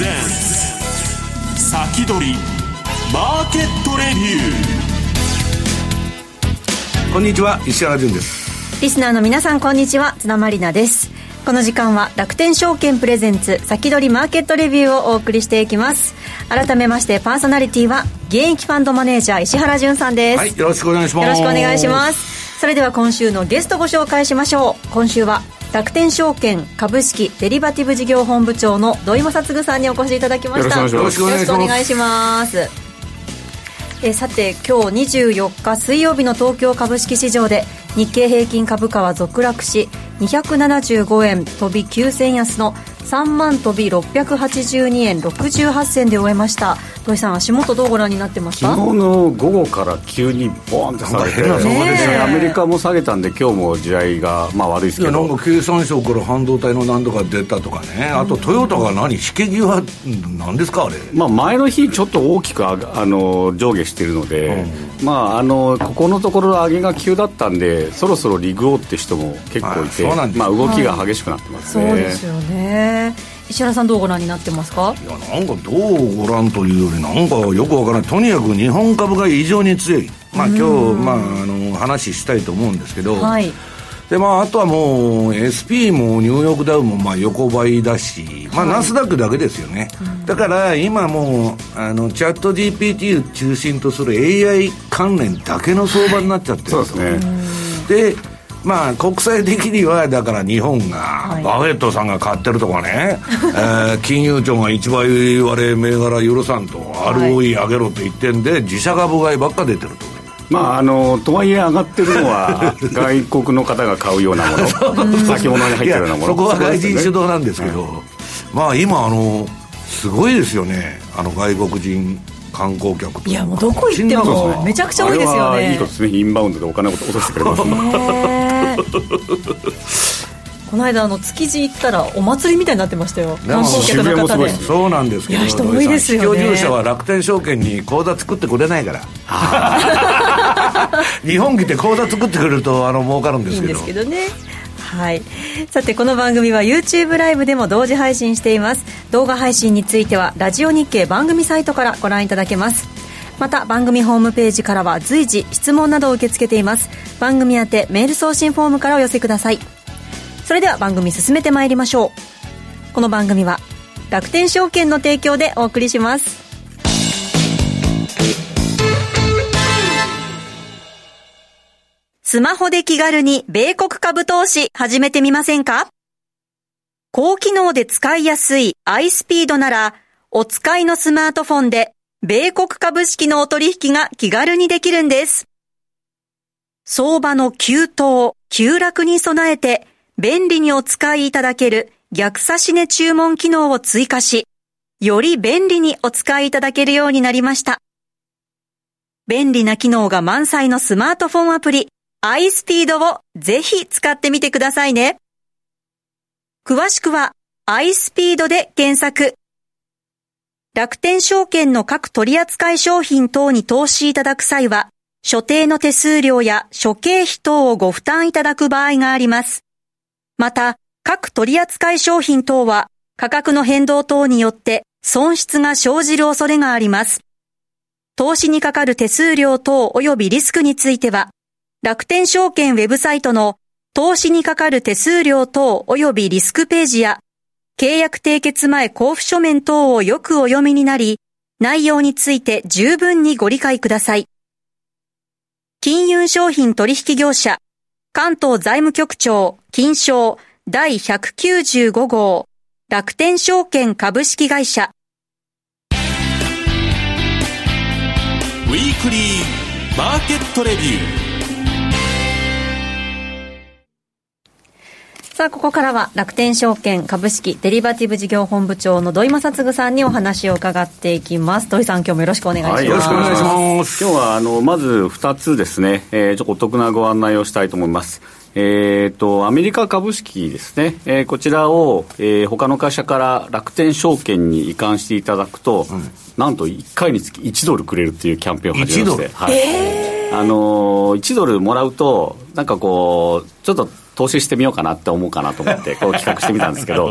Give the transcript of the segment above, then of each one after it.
先取りマーケットレビュー。 こんにちは、石原潤です。 リスナーの皆さん、こんにちは、津田まりなです。この時間は楽天証券プレゼンツ先取りマーケットレビューをお送りしていきます。改めましてパーソナリティは現役ファンドマネージャー石原潤さんです。 はい、よろしくお願いします。 よろしくお願いします。それでは今週のゲストご紹介しましょう。今週は楽天証券株式デリバティブ事業本部長の土井正嗣さんにお越しいただきました。 よろしくお願いします。 さて、今日24日水曜日の東京株式市場で日経平均株価は続落し275円飛び9銭安の3万飛び682円68銭で終えました。土井さん、足元どうご覧になってますか？ 昨日の午後から急にボーンと下げて、アメリカも下げたんで今日も地合いが悪いですけど、 いや、なんか経産省から半導体の何とか出たとかね、あとトヨタが引け際なんですかあれ、 前の日ちょっと大きく上下してるので、ここのところ上げが急だったんでそろそろリグオって人も結構いて、動きが激しくなってますね。 そうですよね。石原さん、どうご覧になってますか？ いや、なんかどうご覧というよりなんかよくわからない。とにかく日本株が異常に強い。今日、話したいと思うんですけど、はい、であとはもう SP もニューヨークダウも横ばいだし、ナスダックだけですよね。だから今もうチャット GPT を中心とする AI 関連だけの相場になっちゃってる。 そうですね。 で国際的にはだから日本が、バフェットさんが買ってるとかね、金融庁が一倍割れ銘柄許さんと ROE 上げろと言ってんで、自社株買いばっか出てると。 とはいえ上がってるのは外国の方が買うようなもの先物に入ってるようなもの、 そこは外人主導なんですけど、今すごいですよね、外国人観光客と。 いや、もうどこ行ってもめちゃくちゃ多いですよね。 あれはいいことですね。インバウンドでお金を落としてくれますね。 この間築地行ったらお祭りみたいになってましたよ、観光客の方で。 そうなんですけど、 いや、人多いですよね。 市場住所は楽天証券に口座作ってくれないから日本来て口座作ってくれると儲かるんですけど。 いいんですけどね。はい、さて、この番組は YouTube ライブでも同時配信しています。動画配信についてはラジオ日経番組サイトからご覧いただけます。また番組ホームページからは随時質問などを受け付けています。番組宛てメール送信フォームからお寄せください。それでは番組進めてまいりましょう。この番組は楽天証券の提供でお送りします。スマホで気軽に米国株投資始めてみませんか？高機能で使いやすい iSpeed なら、お使いのスマートフォンで米国株式のお取引が気軽にできるんです。相場の急騰、急落に備えて便利にお使いいただける逆差し値注文機能を追加し、より便利にお使いいただけるようになりました。便利な機能が満載のスマートフォンアプリiSpeed をぜひ使ってみてくださいね。詳しくは iSpeed で検索。楽天証券の各取扱商品等に投資いただく際は、所定の手数料や諸経費等をご負担いただく場合があります。また、各取扱商品等は価格の変動等によって損失が生じる恐れがあります。投資にかかる手数料等及びリスクについては、楽天証券ウェブサイトの投資にかかる手数料等及びリスクページや契約締結前交付書面等をよくお読みになり、内容について十分にご理解ください。金融商品取引業者関東財務局長金商第195号楽天証券株式会社。 ウィークリーマーケットレビュー。 さあ、ここからは楽天証券株式デリバティブ事業本部長の土井正嗣さんにお話を伺っていきます。土井さん、今日もよろしくお願いします。はい、 よろしくお願いします。 今日はまず2つですね、ちょっとお得なご案内をしたいと思います。アメリカ株式ですね、こちらを、他の会社から楽天証券に移管していただくと、なんと1回につき1ドルくれるっていうキャンペーンを始めまして、はい、1ドルもらうとなんかこうちょっと投資してみようかなって思うかなと思ってこう企画してみたんですけど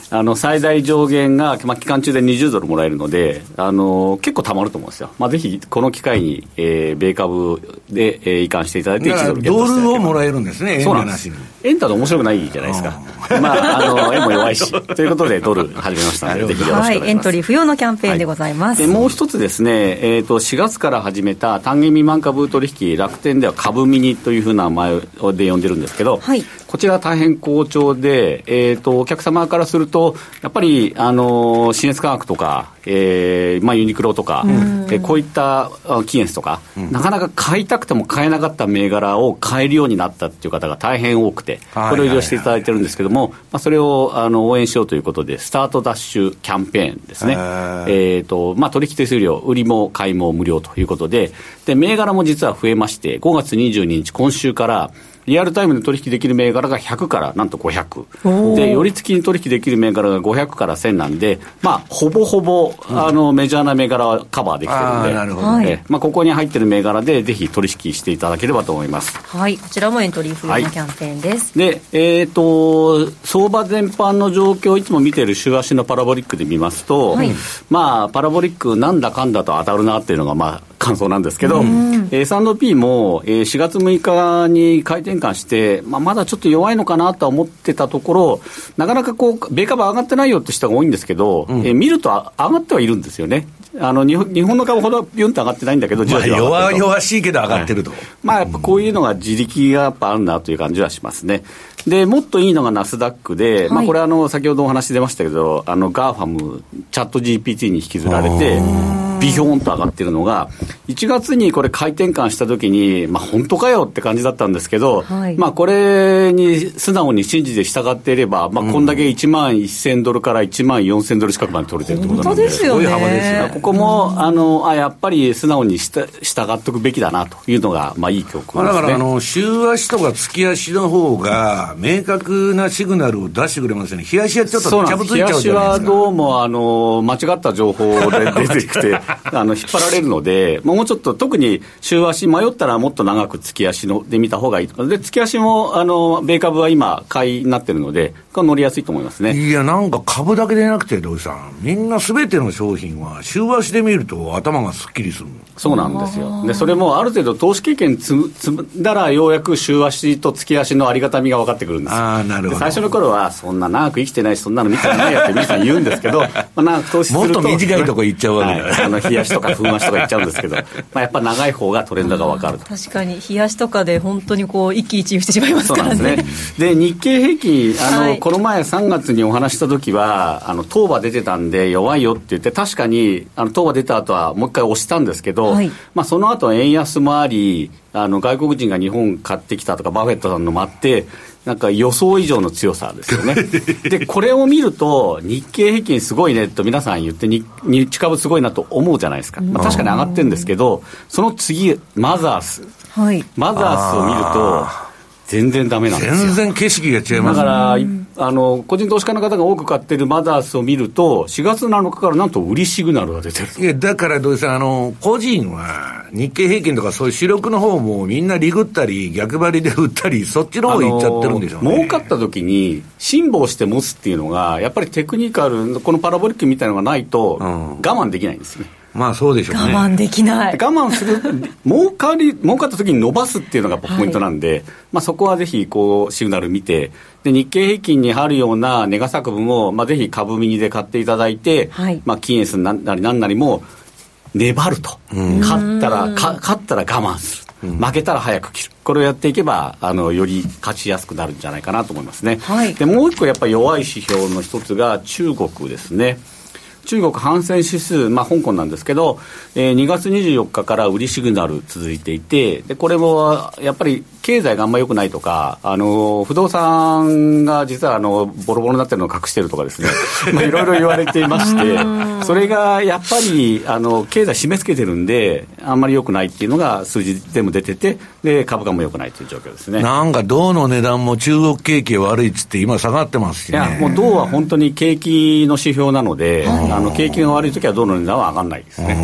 最大上限が、期間中で20ドルもらえるので、結構貯まると思うんですよ。ぜひこの機会に、米株で、移管していただいて1ドルゲットしていただければ。 ドルをもらえるんですね。 そうなんです。円だと面白くないじゃないですか。円も弱いしということでドル始めましたので、ぜひよろしくお願いします。 エントリー不要のキャンペーンでございます。 でもう一つですね、4月から始めた単元未満株取引、楽天では株ミニというふうな名前で呼んでるんですけど、こちら大変好調で、お客様からするとやっぱり信越科学とか、ユニクロとか、こういったキーエンスとか、なかなか買いたくても買えなかった銘柄を買えるようになったっていう方が大変多くて、これを利用していただいてるんですけども、それを応援しようということでスタートダッシュキャンペーンですね。取引手数料売りも買いも無料ということで、銘柄も実は増えまして、5月22日今週からリアルタイムで取引できる銘柄が100からなんと500で、寄り付きに取引できる銘柄が500から1000なんで、ほぼほぼメジャーな銘柄はカバーできてるんで、 なるほど、 ここに入ってる銘柄でぜひ取引していただければと思います。 こちらもエントリー不要のキャンペーンです。 で、相場全般の状況をいつも見ている週足のパラボリックで見ますと、パラボリックなんだかんだと当たるなっていうのが感想なんですけど、S&P も4月6日に回転換して、まだちょっと弱いのかなとは思ってたところ、なかなか米株上がってないよって人が多いんですけど、見ると上がってはいるんですよね。日本の株ほどビュンと上がってないんだけど、 弱しいけど上がってると、 やっぱこういうのが自力がやっぱあるなという感じはしますね。でもっといいのがナスダックで、これ先ほどお話出ましたけど、ガーファムチャット GPT に引きずられてビヨーンと上がってるのが、1月にこれ回転換した時に、本当かよって感じだったんですけど、これに素直に信じて従っていれば、こんだけ1万1000ドルから1万4000ドル近くまで取れてるってことなんで、 すごい幅ですね。ここもやっぱり素直に従っておくべきだなというのが、いい教訓ですね。 だから週足とか月足の方が明確なシグナルを出してくれますよね。日足はちょっとちゃぶついちゃうじゃないですか。 日足はどうも間違った情報で出てきて引っ張られるので、もうちょっと特に週足迷ったらもっと長く月足で見た方がいいと。で月足も米株は今買いになってるので乗りやすいと思いますね。 いやなんか株だけでなくて土井さん、みんな全ての商品は週足で見ると頭がすっきりする。 そうなんですよ。でそれもある程度投資経験積んだらようやく週足と月足のありがたみが分かってくるんですよ。 なるほど。 最初の頃はそんな長く生きてないしそんなの見てないやって皆さん言うんですけど長く投資するともっと短いとこ行っちゃうわけだ、 日足とか風足とか行っちゃうんですけどやっぱ長い方がトレンドが分かると。 確かに日足とかで本当に一喜一憂してしまいますからね。 そうなんですね。で日経平均この前3月にお話した時は東場出てたんで弱いよって言って、確かに東場出た後はもう一回押したんですけど、その後円安もあり外国人が日本買ってきたとかバフェットさんのもあってなんか予想以上の強さですよね。でこれを見ると日経平均すごいねと皆さん言って日株すごいなと思うじゃないですか。確かに上がってるんですけど、その次マザースを見ると全然ダメなんですよ。 全然景色が違います。 だから個人投資家の方が多く買ってるマザースを見ると4月7日からなんと売りシグナルが出てる。 いやだからどうせ個人は日経平均とかそういう主力の方もみんなリグったり逆張りで売ったりそっちの方行っちゃってるんでしょうね。 儲かった時に辛抱して持つっていうのがやっぱりテクニカルこのパラボリックみたいなのがないと我慢できないんですね。 そうでしょうね。 我慢できない。 我慢する儲かった時に伸ばすっていうのがポイントなんで、そこはぜひシグナル見て、で日経平均に貼るようなネガ作文を、ぜひ株ミニで買っていただいて、キーエンスなりなんなりも粘ると、勝ったら我慢する、負けたら早く切る、これをやっていけばより勝ちやすくなるんじゃないかなと思いますね。でもう一個やっぱり弱い指標の一つが中国ですね。中国反戦指数、香港なんですけど、2月24日から売りシグナル続いていて、でこれもやっぱり経済があんま良くないとか不動産が実はボロボロになってるのを隠してるとかですねいろいろ言われていましてそれがやっぱり経済締め付けてるんであんまり良くないっていうのが数字でも出てて、で株価も良くないという状況ですね。 なんか銅の値段も中国景気悪いっつって今下がってますしね。 いやもう銅は本当に景気の指標なので景気が悪いときは銅の値段は上がらないですね。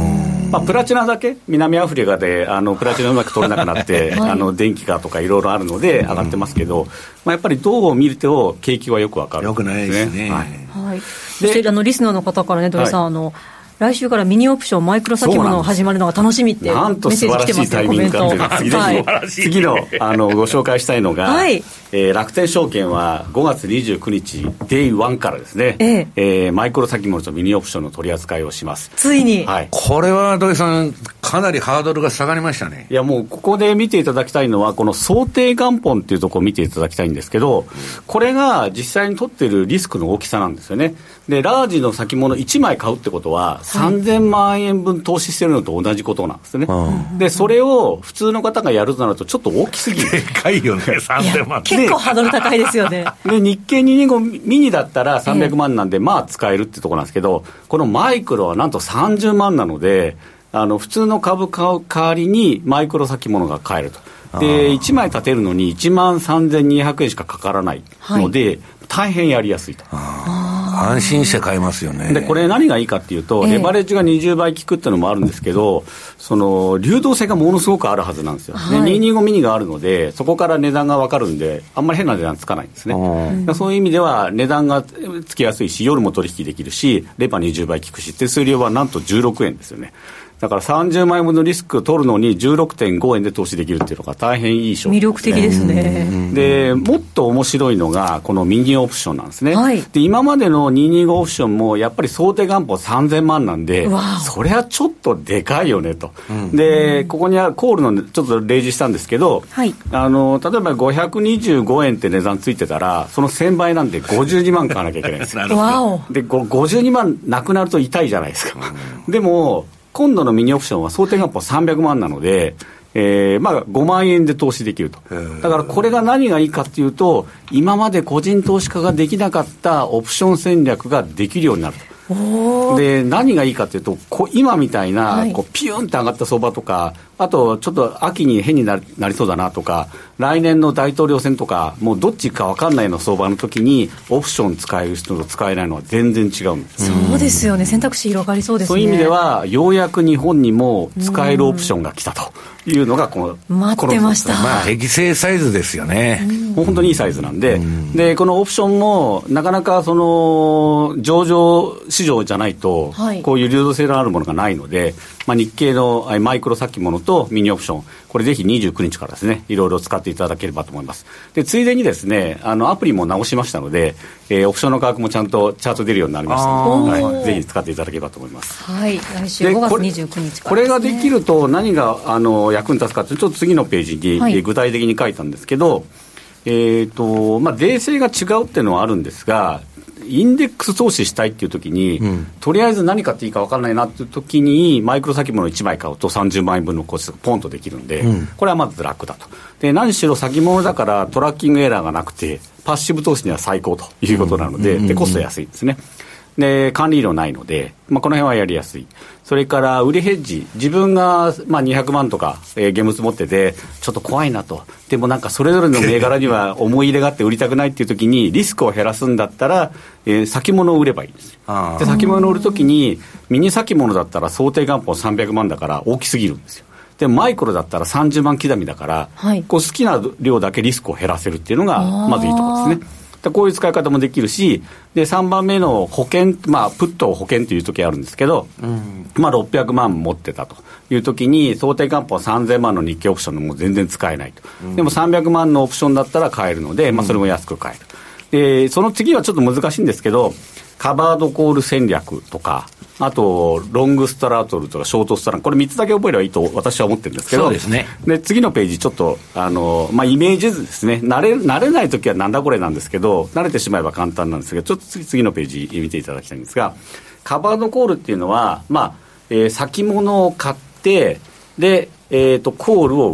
プラチナだけ南アフリカでプラチナうまく取れなくなって、はい、電気がとかいろいろあるので上がってますけど、やっぱり銅を見ると景気はよくわかる、 よくないですね、 はいはい、そしてリスナーの方からね、土井さん、はい、来週からミニオプションマイクロ先物始まるのが楽しみってメッセージ来てますよ、コメント。 次のご紹介したいのが、はい、楽天証券は5月29日デイ1からですね、マイクロ先物とミニオプションの取り扱いをします。 ついに、 はい、これは土井さんかなりハードルが下がりましたね。 いやもうここで見ていただきたいのはこの想定元本っていうところを見ていただきたいんですけど、これが実際に取っているリスクの大きさなんですよね。でラージの先物1枚買うってことは3000万円分投資してるのと同じことなんですね、でそれを普通の方がやるとなるとちょっと大きすぎる。 でかいよね、3000万。 結構ハードル高いですよね。 で日経225ミニだったら300万なんで、まあ使えるってところなんですけど、このマイクロはなんと30万なので、普通の株買う代わりにマイクロ先物が買えると。で1枚立てるのに1万3200円しかかからないので、はい、大変やりやすいと。 安心して買えますよね。 でこれ何がいいかっていうと、レバレッジが20倍効くっていうのもあるんですけど、その流動性がものすごくあるはずなんですよ、はい、で225ミニがあるのでそこから値段が分かるんであんまり変な値段つかないんですね。そういう意味では値段がつきやすいし夜も取引できるしレバ20倍効くし手数料はなんと16円ですよね。だから30万円分のリスクを取るのに 16.5 円で投資できるっていうのが大変いい商品ですね。 魅力的ですね。 でもっと面白いのがこのミニオプションなんですね、 はい、 で今までの225オプションもやっぱり想定元本3000万なんでそれはちょっとでかいよねと、でここにあるコールのちょっと例示したんですけど、はい、例えば525円って値段ついてたらその1000倍なんで52万買わなきゃいけないんですよ。で52万なくなると痛いじゃないですか、でも今度のミニオプションは想定元本300万なので、5万円で投資できると。だからこれが何がいいかっていうと今まで個人投資家ができなかったオプション戦略ができるようになると。で何がいいかというと今みたいな、はい、ピューンって上がった相場とかあとちょっと秋に変になりそうだなとか来年の大統領選とかもうどっちか分かんないような相場の時にオプション使える人と使えないのは全然違うんです。 そうですよね、選択肢広がりそうですね。 そういう意味ではようやく日本にも使えるオプションが来たというのが待ってました。 適正サイズですよね。 本当にいいサイズなんで、でこのオプションもなかなかその上場市場じゃないと、はい、こういう流動性のあるものがないので、日経のマイクロ先物とミニオプションこれぜひ29日からですねいろいろ使っていただければと思います。でついでにですねアプリも直しましたので、オプションの価格もちゃんとチャート出るようになりましたので、はい、ぜひ使っていただければと思います。 はい、来週5月29日からですね。 これができると何が役に立つかというとちょっと次のページに、はい、具体的に書いたんですけど、税制が違うっていうのはあるんですがインデックス投資したいっていう時に、とりあえず何買っていいか分からないなっていう時にマイクロ先物1枚買うと30万円分のコストがポンとできるんで、これはまず楽だと。で何しろ先物だからトラッキングエラーがなくてパッシブ投資には最高ということなので、でコスト安いんですね。で管理料ないので、この辺はやりやすい。それから売りヘッジ自分が200万とか、現物持っててちょっと怖いなと、でもなんかそれぞれの銘柄には思い入れがあって売りたくないっていう時にリスクを減らすんだったら、先物を売ればいいんですよ。で先物を売る時にミニ先物だったら想定元本300万だから大きすぎるんですよ。でマイクロだったら30万刻みだから、はい、好きな量だけリスクを減らせるっていうのがまずいいところですね。こういう使い方もできるし、で3番目の保険、プット保険という時あるんですけど、600万持ってたという時に想定元本3000万の日経オプションも全然使えないと、でも300万のオプションだったら買えるので、それも安く買える。でその次はちょっと難しいんですけどカバードコール戦略とかあとロングストラトルとかショートストランこれ3つだけ覚えればいいと私は思ってるんですけど、 そうですね。 で次のページちょっとイメージ図ですね。慣れない時はなんだこれなんですけど慣れてしまえば簡単なんですがちょっと次のページ見ていただきたいんですが、カバードコールっていうのは先物を買ってでコールを売ると。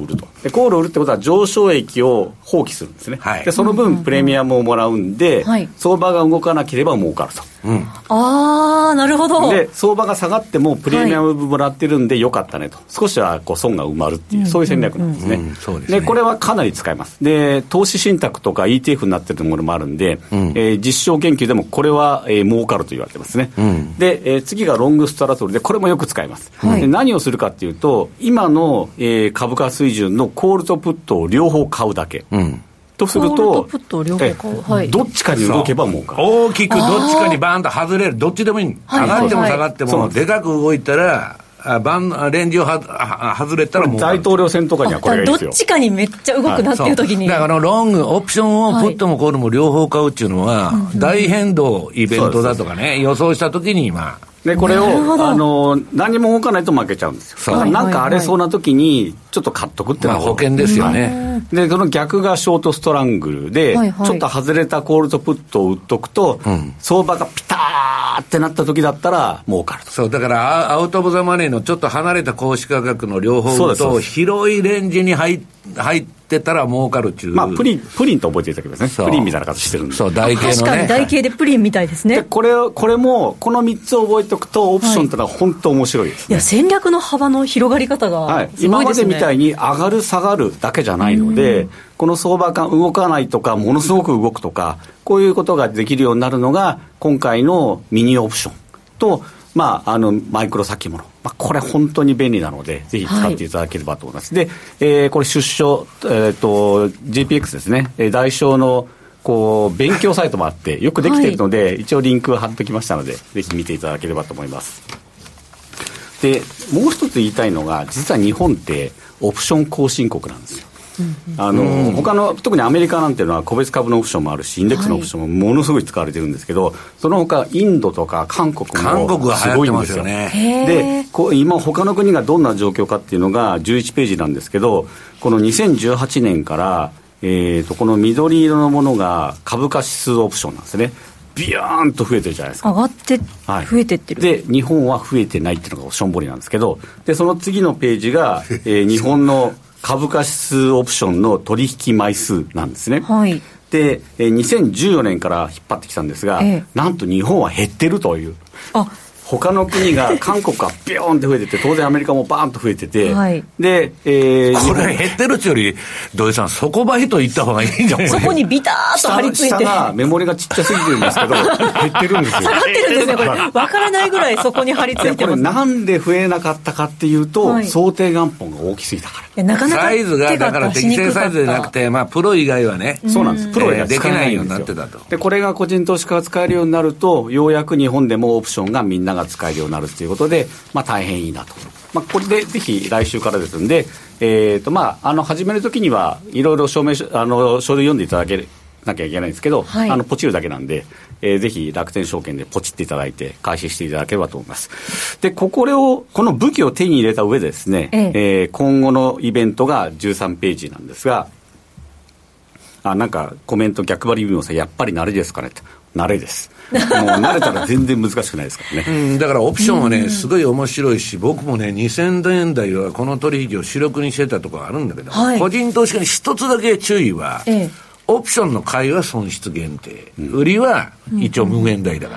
でコールを売るってことは上昇益を放棄するんですね、はい、でその分プレミアムをもらうんで、はい、相場が動かなければ儲かると、 ああなるほど。 で相場が下がってもプレミアムもらってるんでよかったねと、少しはこう損が埋まるっていう、そういう戦略なんですね、そうですね。でこれはかなり使えます。で投資信託とか ETF になってるものもあるんで、実証研究でもこれは、儲かると言われてますね、で、次がロングストラトルでこれもよく使います、で何をするかっていうと今の、株価水準のコールとプットを両方買うだけ、とするとコールとプットを両方買う、 どっちかに動けば儲かる。 大きくどっちかにバーンと外れる、どっちでもいい、上がっても下がっても、でかく動いたらレンジを外れたらもう大統領選とかにはこれがいいですよ。 どっちかにめっちゃ動くなっていう時に、 だからロングオプションをプットもコールも両方買うっていうのは、大変動イベントだとかね、予想した時にでこれを何も動かないと負けちゃうんですよ。なんか荒れそうな時にちょっと買っとくっていうのは、 保険ですよね、 でその逆がショートストラングルで、ちょっと外れたコールとプットを売っとくと、相場がピターってなった時だったら儲かると。 そうだからアウトオブザマネーのちょっと離れた公式価格の両方と広いレンジに入ってたら儲かるっていう、 プリンと覚えていただけますね。プリンみたいな形してるんで、 そう台形のね、 確かに台形でプリンみたいですね。 でこれもこの3つを覚えておくとオプションってのは本当面白いですね、 いや戦略の幅の広がり方がすごいですね、 今までみたいに上がる下がるだけじゃないので、この相場が動かないとかものすごく動くとか、こういうことができるようになるのが今回のミニオプションと、マイクロ先物、これ本当に便利なのでぜひ使っていただければと思います、で、これ出所、JPX ですね、代償のこう勉強サイトもあってよくできているので、一応リンクを貼っておきましたのでぜひ見ていただければと思います。でもう一つ言いたいのが、実は日本ってオプション後進国なんですよ。他の特にアメリカなんていうのは個別株のオプションもあるしインデックスのオプションもものすごい使われてるんですけど、その他インドとか韓国もすごいんですよね。で今他の国がどんな状況かっていうのが11ページなんですけど、この2018年から、この緑色のものが株価指数オプションなんですね。ビヨーンと増えてるじゃないですか。 上がって増えてってる、 で日本は増えてないっていうのがしょんぼりなんですけど、でその次のページが、日本の株価指数オプションの取引枚数なんですね、で2014年から引っ張ってきたんですが、なんと日本は減ってるという。他の国が韓国がビヨーンって増えてて当然アメリカもバーンと増えてて、で、 これ減ってるっていうより土井さん底張りと言った方がいいんじゃないですか。 そこにビターッと張り付いて下がメモリがちっちゃすぎてるんですけど減ってるんですよ。 下がってるんですねこれ。分からないぐらいそこに張り付いてます。 これなんで増えなかったかっていうと、想定元本が大きすぎたから。 なかなかサイズがだから適正サイズじゃなくて、プロ以外はね、 そうなんです。プロ以外できないようになってたと。 でこれが個人投資家が使えるようになると、ようやく日本でもオプションがみんなが使えるようになるということで、大変いいなと。これでぜひ来週からですんで、始めるときにはいろいろ書類読んでいただけなきゃいけないんですけど、ポチるだけなんで、ぜひ楽天証券でポチっていただいて開始していただければと思います。でこの武器を手に入れた上でですね、今後のイベントが13ページなんですが、なんかコメント逆張りビムさん、やっぱり慣れですかねって。慣れです。もう慣れたら全然難しくないですからね。 だからオプションはね、すごい面白いし、僕もね2000年代はこの取引を主力にしてたところあるんだけど、個人投資家に一つだけ注意は、オプションの買いは損失限定、売りは一応無限大だから、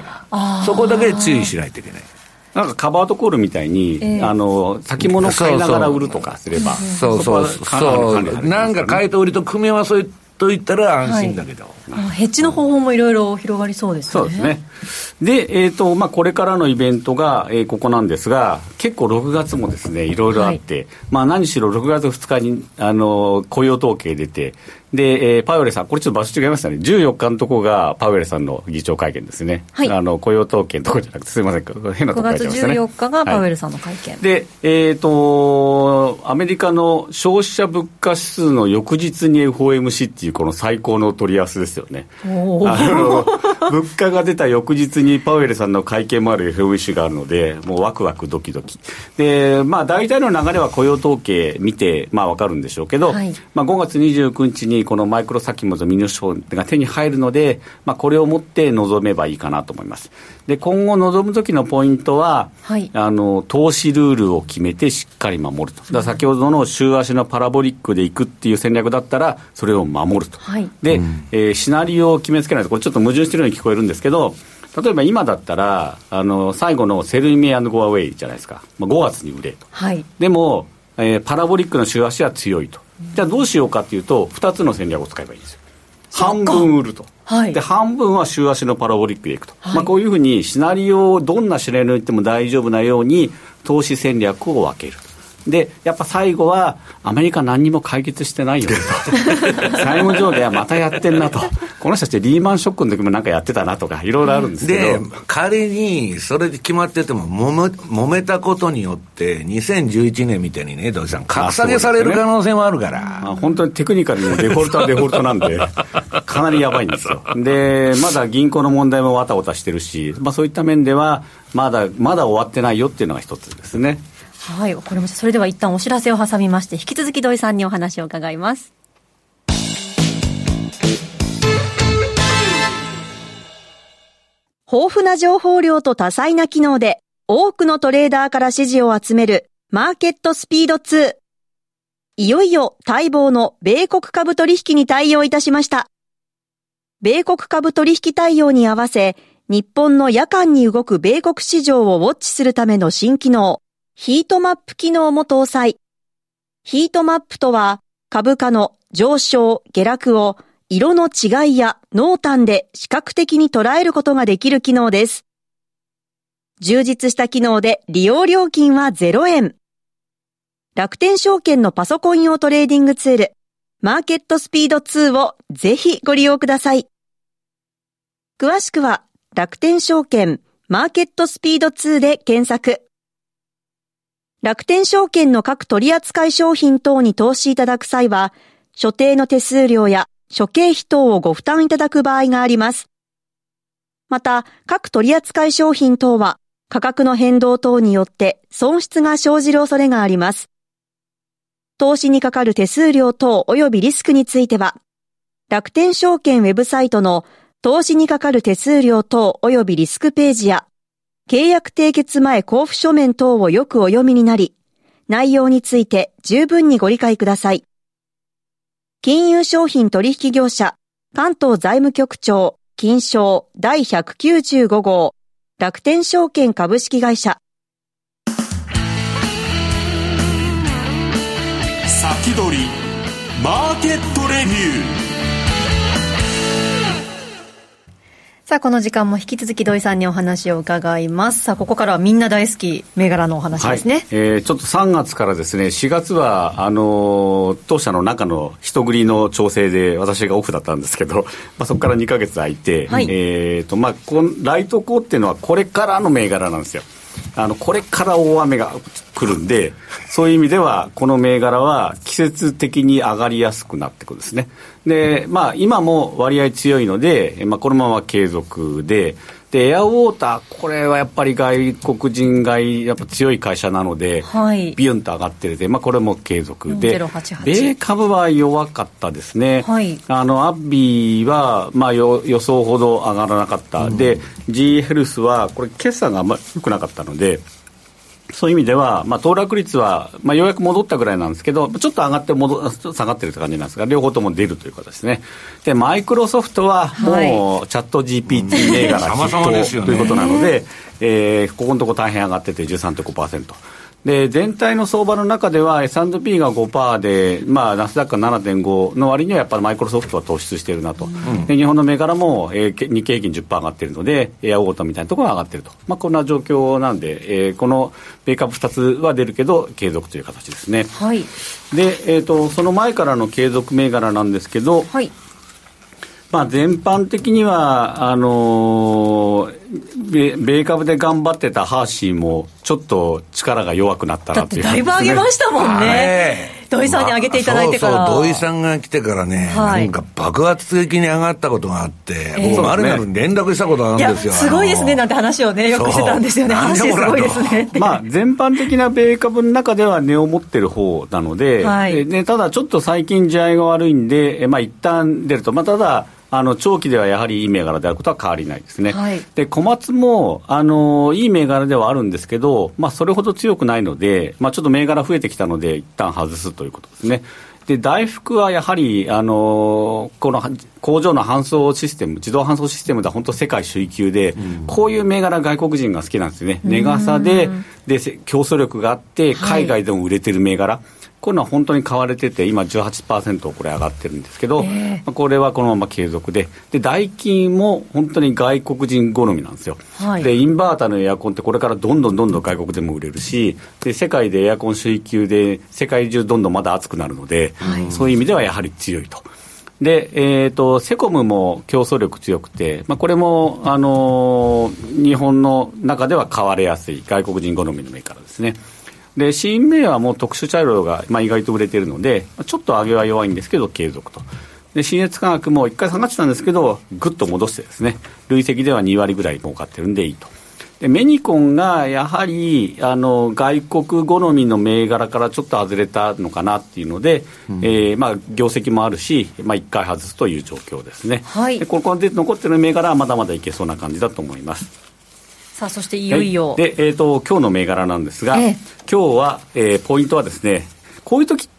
そこだけ注意しないといけない。 なんかカバートコールみたいに、先物買いながら売るとかすれば、なんか買いと売りと組み合わせといったら安心だけど、 ヘッジの方法もいろいろ広がりそうですね。 そうですね。で、これからのイベントが、ここなんですが、結構6月もですねいろいろあって、何しろ6月2日に雇用統計出て、で、パウエルさん、これちょっと場所違いましたね。14日のとこがパウエルさんの議長会見ですね。雇用統計のとこじゃなくて、すいません、変なとこ書いてましたね。 9月14日がパウエルさんの会見。 で、アメリカの消費者物価指数の翌日に FOMC っていうこの最高の取り合わせですよね。物価が出た翌日にパウエルさんの会見もある FOMC があるので、もうワクワクドキドキで、大体の流れは雇用統計見て分かるんでしょうけど、5月29日にこのマイクロ先物ミニオプションが手に入るので、これを持って臨めばいいかなと思います。で、今後臨む時のポイントは、投資ルールを決めてしっかり守ると。だから先ほどの週足のパラボリックでいくっていう戦略だったらそれを守ると、で、シナリオを決めつけないと、これちょっと矛盾してるように聞こえるんですけど、例えば今だったら最後のセルミー&ゴアウェイじゃないですか、5月に売れと、でも、パラボリックの週足は強いと。じゃあどうしようかというと2つの戦略を使えばいいんですよ。半分売ると、で半分は週足のパラボリックでいくと、こういうふうにシナリオをどんなシナリオに行っても大丈夫なように投資戦略を分ける。でやっぱ最後はアメリカ何にも解決してないよと債務上限はまたやってんなと、この人たちリーマンショックの時もなんかやってたなとかいろいろあるんですけど、 で仮にそれで決まってても揉めたことによって2011年みたいにね、土井さん格下げされる可能性もあるから、 本当にテクニカルにデフォルトはデフォルトなんでかなりやばいんですよ。でまだ銀行の問題もわたわたしてるし、そういった面ではまだ終わってないよっていうのが一つですね。 はい、わかりました。それでは一旦お知らせを挟みまして、引き続き土井さんにお話を伺います。豊富な情報量と多彩な機能で多くのトレーダーから支持を集めるマーケットスピード2。いよいよ待望の米国株取引に対応いたしました。米国株取引対応に合わせ、日本の夜間に動く米国市場をウォッチするための新機能、ヒートマップ機能も搭載。ヒートマップとは、株価の上昇・下落を色の違いや濃淡で視覚的に捉えることができる機能です。充実した機能で利用料金は0円。楽天証券のパソコン用トレーディングツール、マーケットスピード2をぜひご利用ください。詳しくは、楽天証券マーケットスピード2で検索。楽天証券の各取扱商品等に投資いただく際は、所定の手数料や諸経費等をご負担いただく場合があります。また、各取扱商品等は価格の変動等によって損失が生じる恐れがあります。投資にかかる手数料等及びリスクについては、楽天証券ウェブサイトの投資にかかる手数料等及びリスクページや、契約締結前交付書面等をよくお読みになり、内容について十分にご理解ください。金融商品取引業者、関東財務局長、金商第195号、楽天証券株式会社。 先取り、マーケットレビュー。 さあ、この時間も引き続き土井さんにお話を伺います。さあ、ここからはみんな大好き銘柄のお話ですね。 ちょっと3月からですね、4月は当社の中の一繰りの調整で私がオフだったんですけど、そこから2ヶ月空いて、ライトコーっていうのはこれからの銘柄なんですよ。これから大雨が来るんで、そういう意味ではこの銘柄は季節的に上がりやすくなってくるんですね。で、今も割合強いので、このまま継続で、エアウォーター、これはやっぱり外国人買いやっぱ強い会社なので、ビュンと上がってるで、これも継続で、米株は弱かったですね。アッビーは予想ほど上がらなかった、で G ヘルスはこれ決算があんまり良くなかったので、そういう意味では、騰落率は、ようやく戻ったぐらいなんですけど、ちょっと上がってちょっと下がってるって感じなんですが、両方とも出るという形ですね。で、マイクロソフトはもうチャット GPT 銘柄筆頭ということなので、ここのとこ大変上がってて 13.5%。で、全体の相場の中では S&P が 5% で、ナスダックが 7.5 の割にはやっぱりマイクロソフトは突出しているなと。で、日本の銘柄も、日経平均 10% 上がっているので、エアウォーターみたいなところが上がっていると。こんな状況なんで、この米株2つは出るけど、継続という形ですね。で、その前からの継続銘柄なんですけど、全般的には米株で頑張ってたハーシーもちょっと力が弱くなったなという、 だってだいぶ上げましたもんね。 土井さんに挙げていただいてから、 そう土井さんが来てからね、なんか爆発的に上がったことがあって、僕もあれなのに連絡したことがあるんですよ。 すごいですねなんて話をねよくしてたんですよね。話すごいですね全般的な米株の中では値を持ってる方なので、ただちょっと最近地合いが悪いんで、一旦出ると、ただ長期ではやはりいい銘柄であることは変わりないですね。で小松もいい銘柄ではあるんですけど、それほど強くないので、ちょっと銘柄増えてきたので一旦外すということですね。で大福はやはりこの工場の搬送システム、自動搬送システムでは本当世界首位級で、こういう銘柄外国人が好きなんですよね。値傘で競争力があって海外でも売れてる銘柄、こういうのは本当に買われてて、今 18% これ上がってるんですけど、これはこのまま継続で、ダイキンも本当に外国人好みなんですよ。でインバーターのエアコンってこれからどんどん外国でも売れるし、で世界でエアコン首位級で世界中どんどんまだ暑くなるので、そういう意味ではやはり強いと。で、セコムも競争力強くて、これも日本の中では買われやすい外国人好みの銘柄ですね。で新銘はもう特殊茶色が意外と売れているので、ちょっと上げは弱いんですけど継続と。で新越化学も1回下がってたんですけどぐっと戻してですね、累積では2割ぐらい儲かってるんでいいと。でメニコンがやはり外国好みの銘柄からちょっと外れたのかなっていうので、業績もあるし、1回外すという状況ですね。でここで残ってる銘柄はまだまだいけそうな感じだと思います。 さあそしていよいよで、今日の銘柄なんですが、今日は、ポイントはですね、こういう時って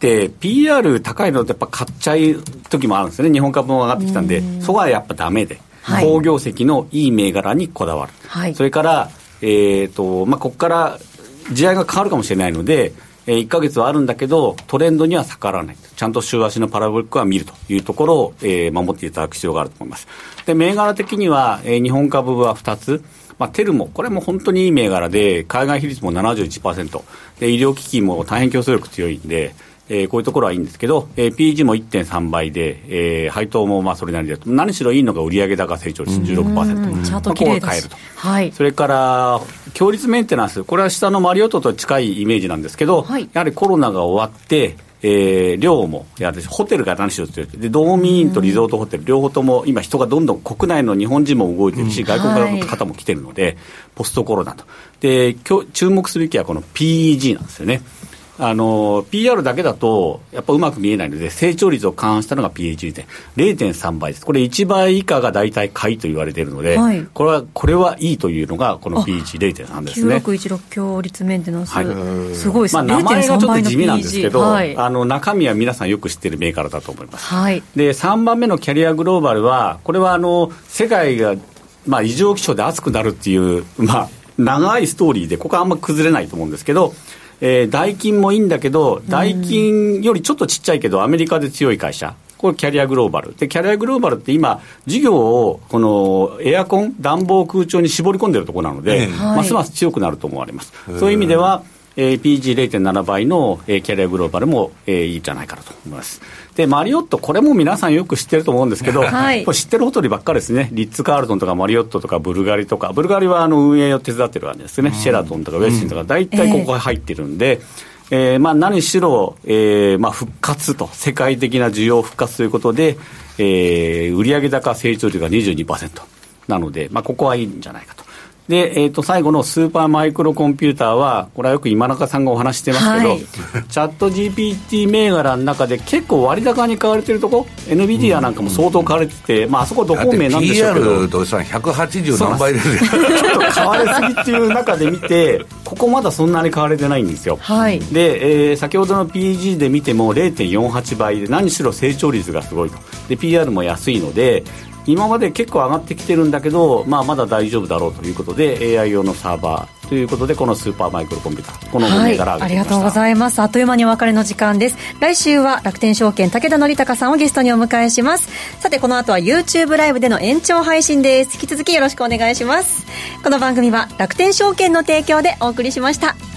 PR 高いのってやっぱ買っちゃう時もあるんですよね。日本株も上がってきたんで、そこはやっぱダメで、好業績のいい銘柄にこだわる、それから、ここから地合いが変わるかもしれないので、1ヶ月はあるんだけどトレンドには逆らわない、ちゃんと週足のパラボリックは見るというところを、守っていただく必要があると思います。で銘柄的には、日本株は2つ、テルモ、これも本当にいい銘柄で、海外比率も 71% で、医療機器も大変競争力強いんで、こういうところはいいんですけど、PEG も 1.3 倍で、配当もそれなりで、何しろいいのが売上高成長率 16%、 チャート綺麗です。 ここが買えると、それから強立メンテナンス、これは下のマリオットと近いイメージなんですけど、やはりコロナが終わって寮もやるし、ホテルが何しろというで、ドーミーインとリゾートホテル、両方とも今人がどんどん国内の日本人も動いてるし、外国からの方も来てるので、ポストコロナと。で今日注目すべきはこの PEG なんですよね。PR だけだとやっぱうまく見えないので、成長率を勘案したのが PEG で 0.3 倍です。これ1倍以下が大体買いと言われているので、これはいいというのがこの PEG0.3 ですね。 9616強立メンテナンス、すごいですね。 名前がちょっと地味なんですけど、中身は皆さんよく知っている銘柄だと思います。で3番目のキャリアグローバルは、これは世界が異常気象で暑くなるっていう、長いストーリーで、ここはあんま崩れないと思うんですけど、ダイキンもいいんだけど、ダイキンよりちょっとちっちゃいけどアメリカで強い会社、これキャリアグローバルで、キャリアグローバルって今事業をこのエアコン暖房空調に絞り込んでるところなので、ますます強くなると思われます。そういう意味ではPG0.7 倍のキャリアグローバルもいいんじゃないかなと思います。でマリオット、これも皆さんよく知ってると思うんですけど、これ知ってるホテルばっかりですね。リッツ・カールトンとかマリオットとかブルガリとか、ブルガリは運営を手伝ってるわけですね。シェラトンとかウェスティンとか大体ここが入ってるんで、何しろ、復活と、世界的な需要復活ということで、売上高成長率が 22% なので、ここはいいんじゃないかと。で、最後のスーパーマイクロコンピューターは、これはよく今中さんがお話してますけど、チャット GPT 銘柄の中で結構割高に買われてるとこ、NVIDIA なんかも相当買われてて、あそこどこ名なんでしょうけど、 PR とさ180何倍ですよ。 ちょっと買われすぎっていう中で見て、ここまだそんなに買われてないんですよ。で、先ほどの PEG で見ても 0.48 倍で、何しろ成長率がすごいと。で PR も安いので、今まで結構上がってきてるんだけど、まだ大丈夫だろうということで AI 用のサーバーということで、このスーパーマイクロコンピューター、この銘柄上げてきました。ありがとうございます。あっという間にお別れの時間です。来週は楽天証券武田則孝さんをゲストにお迎えします。さてこの後は YouTube ライブでの延長配信です。引き続きよろしくお願いします。この番組は楽天証券の提供でお送りしました。